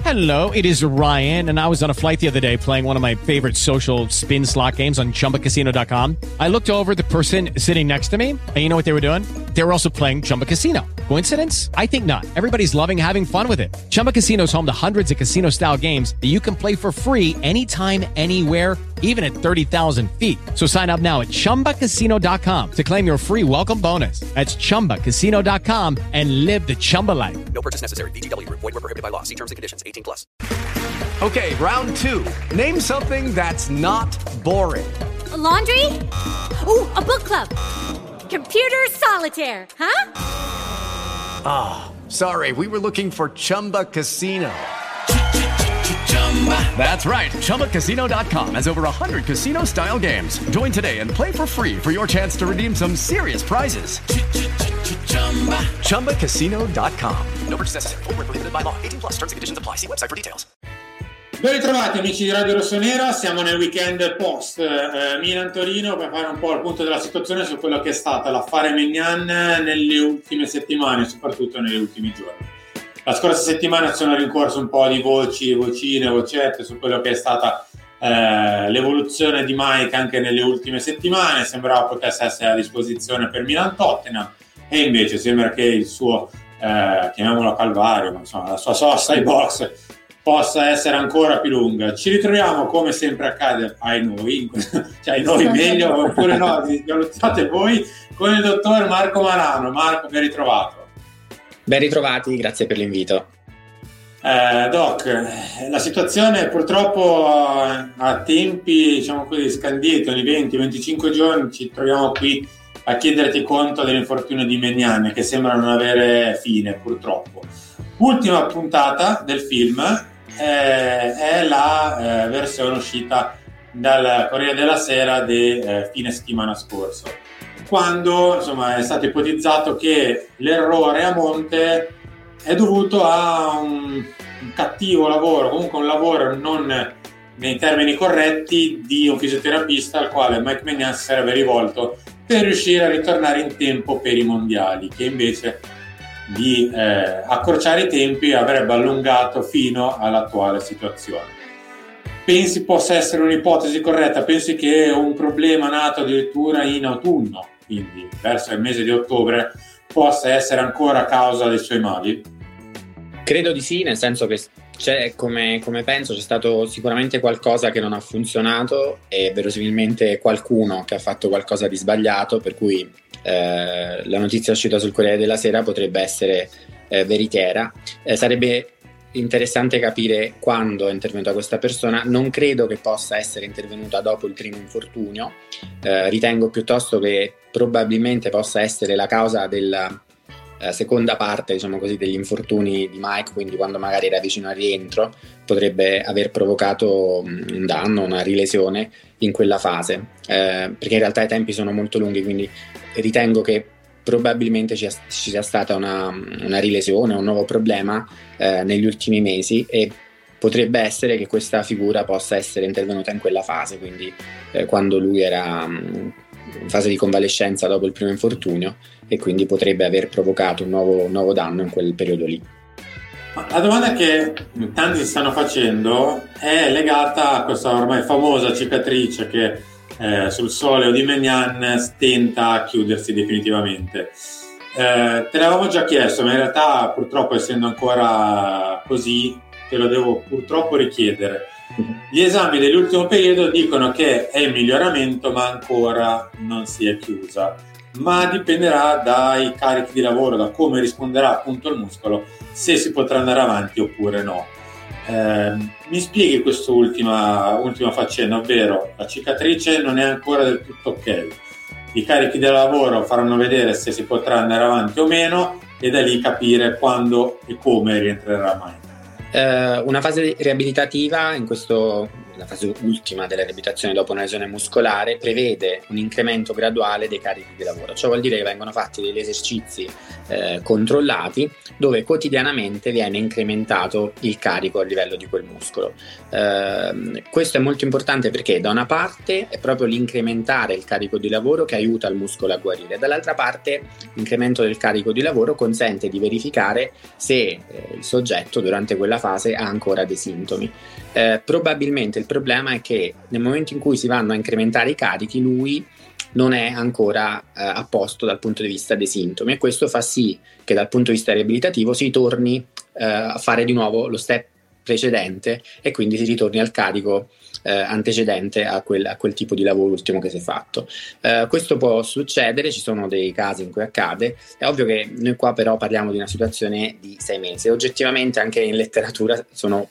Hello, it is Ryan, and I was on a flight the other day playing one of my favorite social spin slot games on ChumbaCasino.com. I looked over at the person sitting next to me, and you know what they were doing? They were also playing Chumba Casino. Coincidence? I think not. Everybody's loving having fun with it. Chumba Casino is home to hundreds of casino-style games that you can play for free anytime, anywhere, even at 30,000 feet. So sign up now at ChumbaCasino.com to claim your free welcome bonus. That's ChumbaCasino.com and live the Chumba life. No purchase necessary. VGW. Void where prohibited by law. See terms and conditions. 18+. Okay, round two. Name something that's not boring. A laundry? Ooh, a book club. Computer solitaire, huh? Sorry, we were looking for Chumba Casino. That's right. ChumbaCasino.com has over 100 casino-style games. Join today and play for free for your chance to redeem some serious prizes. ChumbaCasino.com. No purchase necessary. Void where prohibited by law. 18+. Terms and conditions apply. See website for details. Ben ritrovati amici di Radio Rossonera, siamo nel weekend post Milan-Torino per fare un po' il punto della situazione su quello che è stata l'affare Maignan nelle ultime settimane, soprattutto negli ultimi giorni. La scorsa settimana sono rincorso un po' di vocette su quello che è stata l'evoluzione di Mike anche nelle ultime settimane. Sembrava potesse essere a disposizione per Milan-Tottenham e invece sembra che il suo, chiamiamolo calvario, ma insomma la sua sosta ai box possa essere ancora più lunga. Ci ritroviamo come sempre accade ai noi meglio oppure no, valutate voi, con il dottor Marco Marano. Marco, ben ritrovato. Ben ritrovati, grazie per l'invito. Doc, la situazione purtroppo a tempi, diciamo così, scanditi, ogni 20-25 giorni ci troviamo qui a chiederti conto dell'infortunio di Maignan che sembra non avere fine, purtroppo. Ultima puntata del film è la versione uscita dal Corriere della Sera di fine settimana scorso, quando insomma è stato ipotizzato che l'errore a monte è dovuto a un cattivo lavoro, comunque un lavoro non nei termini corretti di un fisioterapista al quale Mike Maignan si sarebbe rivolto per riuscire a ritornare in tempo per i mondiali, che invece di accorciare i tempi avrebbe allungato fino all'attuale situazione. Pensi possa essere un'ipotesi corretta? Pensi che un problema nato addirittura in autunno, quindi verso il mese di ottobre, possa essere ancora causa dei suoi mali? Credo di sì, nel senso che c'è, come penso, c'è stato sicuramente qualcosa che non ha funzionato e verosimilmente qualcuno che ha fatto qualcosa di sbagliato, per cui la notizia uscita sul Corriere della Sera potrebbe essere veritiera. Sarebbe interessante capire quando è intervenuta questa persona. Non credo che possa essere intervenuta dopo il primo infortunio, ritengo piuttosto che probabilmente possa essere la causa della seconda parte, diciamo così, degli infortuni di Mike, quindi quando magari era vicino al rientro potrebbe aver provocato un danno, una rilesione in quella fase, perché in realtà i tempi sono molto lunghi, quindi ritengo che probabilmente ci sia stata una rilesione, un nuovo problema negli ultimi mesi, e potrebbe essere che questa figura possa essere intervenuta in quella fase, quindi quando lui era in fase di convalescenza dopo il primo infortunio, e quindi potrebbe aver provocato un nuovo danno in quel periodo lì. La domanda che tanti si stanno facendo è legata a questa ormai famosa cicatrice che sul soleo di Maignan stenta a chiudersi definitivamente. Te l'avevamo già chiesto, ma in realtà purtroppo, essendo ancora così, te lo devo purtroppo richiedere. Gli esami dell'ultimo periodo dicono che è in miglioramento, ma ancora non si è chiusa, ma dipenderà dai carichi di lavoro, da come risponderà appunto il muscolo, se si potrà andare avanti oppure no. Mi spieghi quest'ultima faccenda, ovvero la cicatrice non è ancora del tutto ok, i carichi di lavoro faranno vedere se si potrà andare avanti o meno, e da lì capire quando e come rientrerà mai. Una fase riabilitativa in questo la fase ultima della riabilitazione dopo una lesione muscolare, prevede un incremento graduale dei carichi di lavoro. Ciò vuol dire che vengono fatti degli esercizi controllati dove quotidianamente viene incrementato il carico a livello di quel muscolo. Questo è molto importante perché da una parte è proprio l'incrementare il carico di lavoro che aiuta il muscolo a guarire, dall'altra parte l'incremento del carico di lavoro consente di verificare se il soggetto durante quella fase ha ancora dei sintomi. Probabilmente il problema è che nel momento in cui si vanno a incrementare i carichi lui non è ancora a posto dal punto di vista dei sintomi, e questo fa sì che dal punto di vista riabilitativo si torni a fare di nuovo lo step precedente e quindi si ritorni al carico antecedente a quel tipo di lavoro ultimo che si è fatto. Questo può succedere, ci sono dei casi in cui accade. È ovvio che noi qua però parliamo di una situazione di 6 mesi, oggettivamente anche in letteratura sono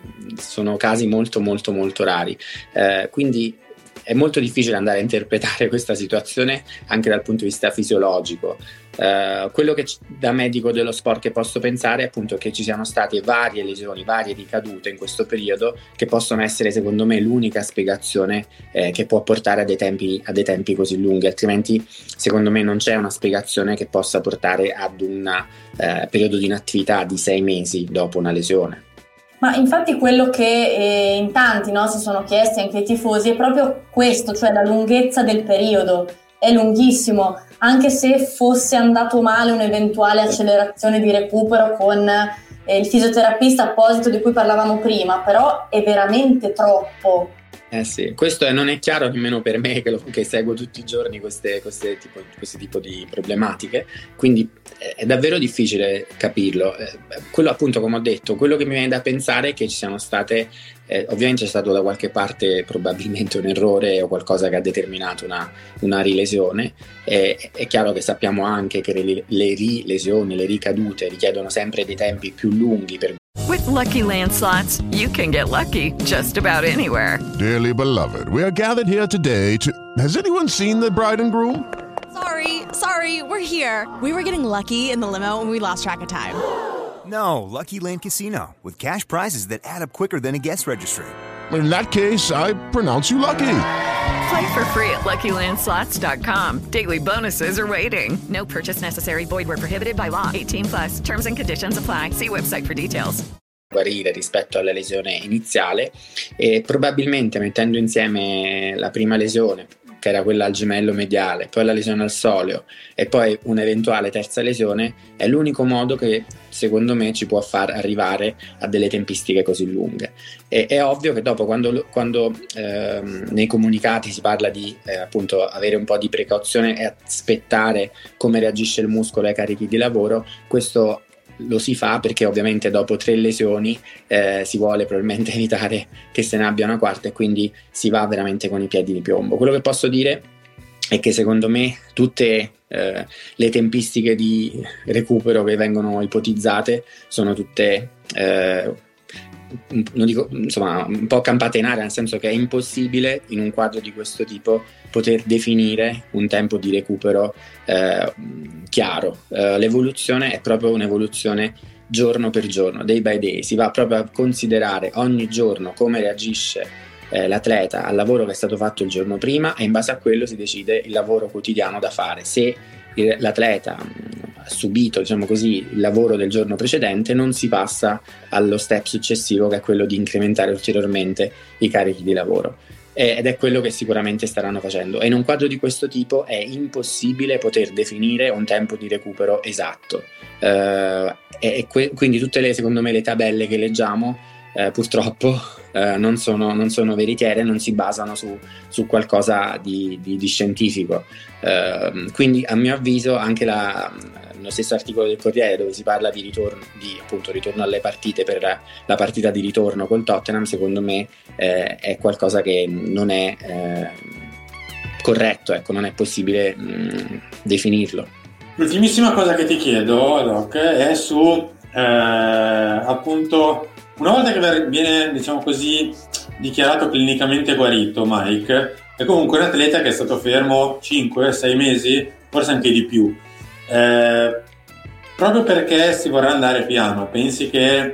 casi molto molto molto rari, quindi è molto difficile andare a interpretare questa situazione anche dal punto di vista fisiologico. Quello che da medico dello sport che posso pensare è appunto che ci siano state varie lesioni, varie ricadute in questo periodo che possono essere secondo me l'unica spiegazione che può portare a dei tempi così lunghi, altrimenti secondo me non c'è una spiegazione che possa portare ad un periodo di inattività di 6 mesi dopo una lesione. Ma infatti quello che in tanti si sono chiesti, anche i tifosi, è proprio questo, cioè la lunghezza del periodo. È lunghissimo, anche se fosse andato male un'eventuale accelerazione di recupero con il fisioterapista apposito di cui parlavamo prima, però è veramente troppo. Sì, questo non è chiaro nemmeno per me che seguo tutti i giorni queste tipo di problematiche, quindi è davvero difficile capirlo. Quello appunto, come ho detto, quello che mi viene da pensare è che ci siano state, ovviamente c'è stato da qualche parte probabilmente un errore o qualcosa che ha determinato una rilesione. È chiaro che sappiamo anche che le rilesioni, le ricadute richiedono sempre dei tempi più lunghi per. With Lucky Land Slots, you can get lucky just about anywhere. Dearly beloved, we are gathered here today to... Has anyone seen the bride and groom? Sorry, we're here. We were getting lucky in the limo and we lost track of time. No, Lucky Land Casino, with cash prizes that add up quicker than a guest registry. In that case, I pronounce you lucky. Play for free at LuckyLandSlots.com. Daily bonuses are waiting. No purchase necessary. Void where prohibited by law. 18+. Terms and conditions apply. See website for details. Guarire rispetto alla lesione iniziale, e probabilmente mettendo insieme la prima lesione, che era quella al gemello mediale, poi la lesione al soleo e poi un'eventuale terza lesione, è l'unico modo che secondo me ci può far arrivare a delle tempistiche così lunghe. E è ovvio che dopo quando nei comunicati si parla di appunto avere un po' di precauzione e aspettare come reagisce il muscolo ai carichi di lavoro, questo lo si fa perché ovviamente dopo 3 lesioni si vuole probabilmente evitare che se ne abbia una quarta, e quindi si va veramente con i piedi di piombo. Quello che posso dire è che secondo me tutte le tempistiche di recupero che vengono ipotizzate sono tutte non dico, insomma, un po' campate in aria, nel senso che è impossibile in un quadro di questo tipo poter definire un tempo di recupero chiaro. L'evoluzione è proprio un'evoluzione giorno per giorno, day by day, si va proprio a considerare ogni giorno come reagisce l'atleta al lavoro che è stato fatto il giorno prima, e in base a quello si decide il lavoro quotidiano da fare. Se l'atleta ha subito, diciamo così, il lavoro del giorno precedente, non si passa allo step successivo, che è quello di incrementare ulteriormente i carichi di lavoro, ed è quello che sicuramente staranno facendo. E in un quadro di questo tipo è impossibile poter definire un tempo di recupero esatto, quindi tutte secondo me le tabelle che leggiamo purtroppo non sono veritiere, non si basano su qualcosa di scientifico. Quindi a mio avviso anche lo stesso articolo del Corriere, dove si parla di ritorno alle partite per la partita di ritorno col Tottenham, secondo me è qualcosa che non è corretto, ecco, non è possibile definirlo. L'ultimissima cosa che ti chiedo, Doc, è su appunto, una volta che viene, diciamo così, dichiarato clinicamente guarito Mike, è comunque un atleta che è stato fermo 5-6 mesi, forse anche di più, proprio perché si vorrà andare piano. Pensi che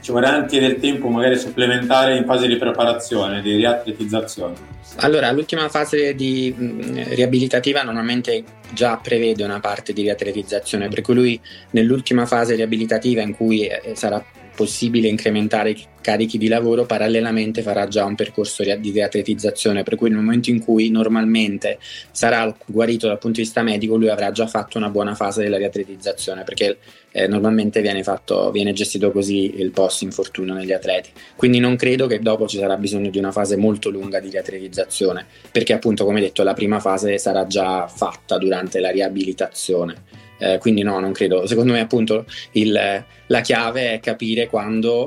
ci vorrà anche del tempo magari supplementare in fase di preparazione, di riatletizzazione? Allora, l'ultima fase di riabilitativa normalmente già prevede una parte di riatletizzazione, per cui lui nell'ultima fase riabilitativa in cui sarà possibile incrementare i carichi di lavoro, parallelamente farà già un percorso di riatletizzazione, per cui nel momento in cui normalmente sarà guarito dal punto di vista medico, lui avrà già fatto una buona fase della riatletizzazione, perché normalmente viene gestito così il post infortunio negli atleti, quindi non credo che dopo ci sarà bisogno di una fase molto lunga di riatletizzazione, perché appunto, come detto, la prima fase sarà già fatta durante la riabilitazione. Quindi no, non credo. Secondo me appunto la chiave è capire quando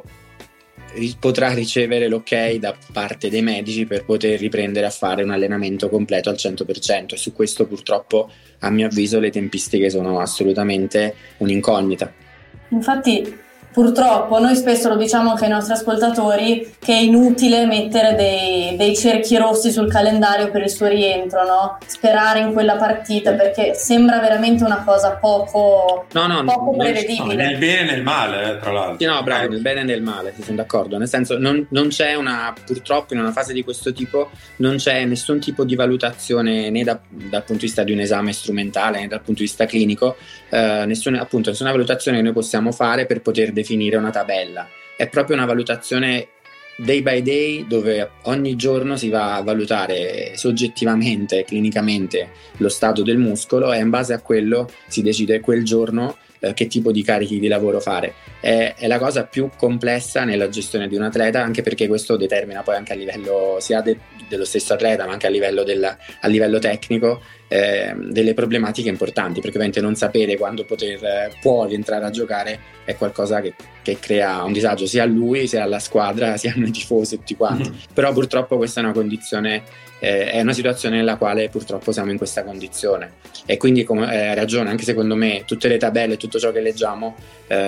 potrà ricevere l'ok da parte dei medici per poter riprendere a fare un allenamento completo al 100%, e su questo purtroppo a mio avviso le tempistiche sono assolutamente un'incognita. Infatti purtroppo noi spesso lo diciamo anche ai nostri ascoltatori che è inutile mettere dei cerchi rossi sul calendario per il suo rientro, no? Sperare in quella partita, perché sembra veramente una cosa poco prevedibile. Nel bene e nel male, tra l'altro. Sì, no, bravo, nel bene e nel male, sono d'accordo. Nel senso, non c'è purtroppo in una fase di questo tipo non c'è nessun tipo di valutazione né dal punto di vista di un esame strumentale né dal punto di vista clinico, nessuna valutazione che noi possiamo fare per poter definire una tabella. È proprio una valutazione day by day, dove ogni giorno si va a valutare soggettivamente, clinicamente lo stato del muscolo, e in base a quello si decide quel giorno che tipo di carichi di lavoro fare. È la cosa più complessa nella gestione di un atleta, anche perché questo determina poi anche a livello sia dello stesso atleta, ma anche a livello tecnico, delle problematiche importanti, perché ovviamente non sapere quando può rientrare a giocare è qualcosa che crea un disagio sia a lui, sia alla squadra, sia a noi tifosi, tutti quanti. Però purtroppo questa è una condizione, è una situazione nella quale purtroppo siamo in questa condizione, e quindi come hai ragione, anche secondo me tutte le tabelle, tutto ciò che leggiamo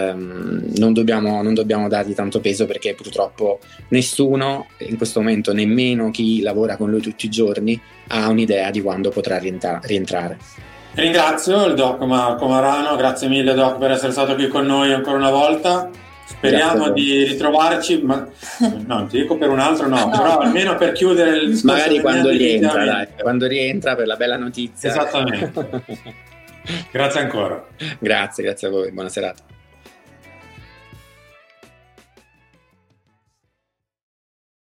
non dobbiamo dargli tanto peso, perché purtroppo nessuno in questo momento, nemmeno chi lavora con lui tutti i giorni, ha un'idea di quando potrà rientrare. Ringrazio il Doc Marco Marano, grazie mille Doc per essere stato qui con noi ancora una volta. Speriamo di ritrovarci, ma no, ti dico per un altro no, però almeno per chiudere il discorso. Magari quando rientra per la bella notizia. Esattamente. Grazie ancora. Grazie a voi, buona serata.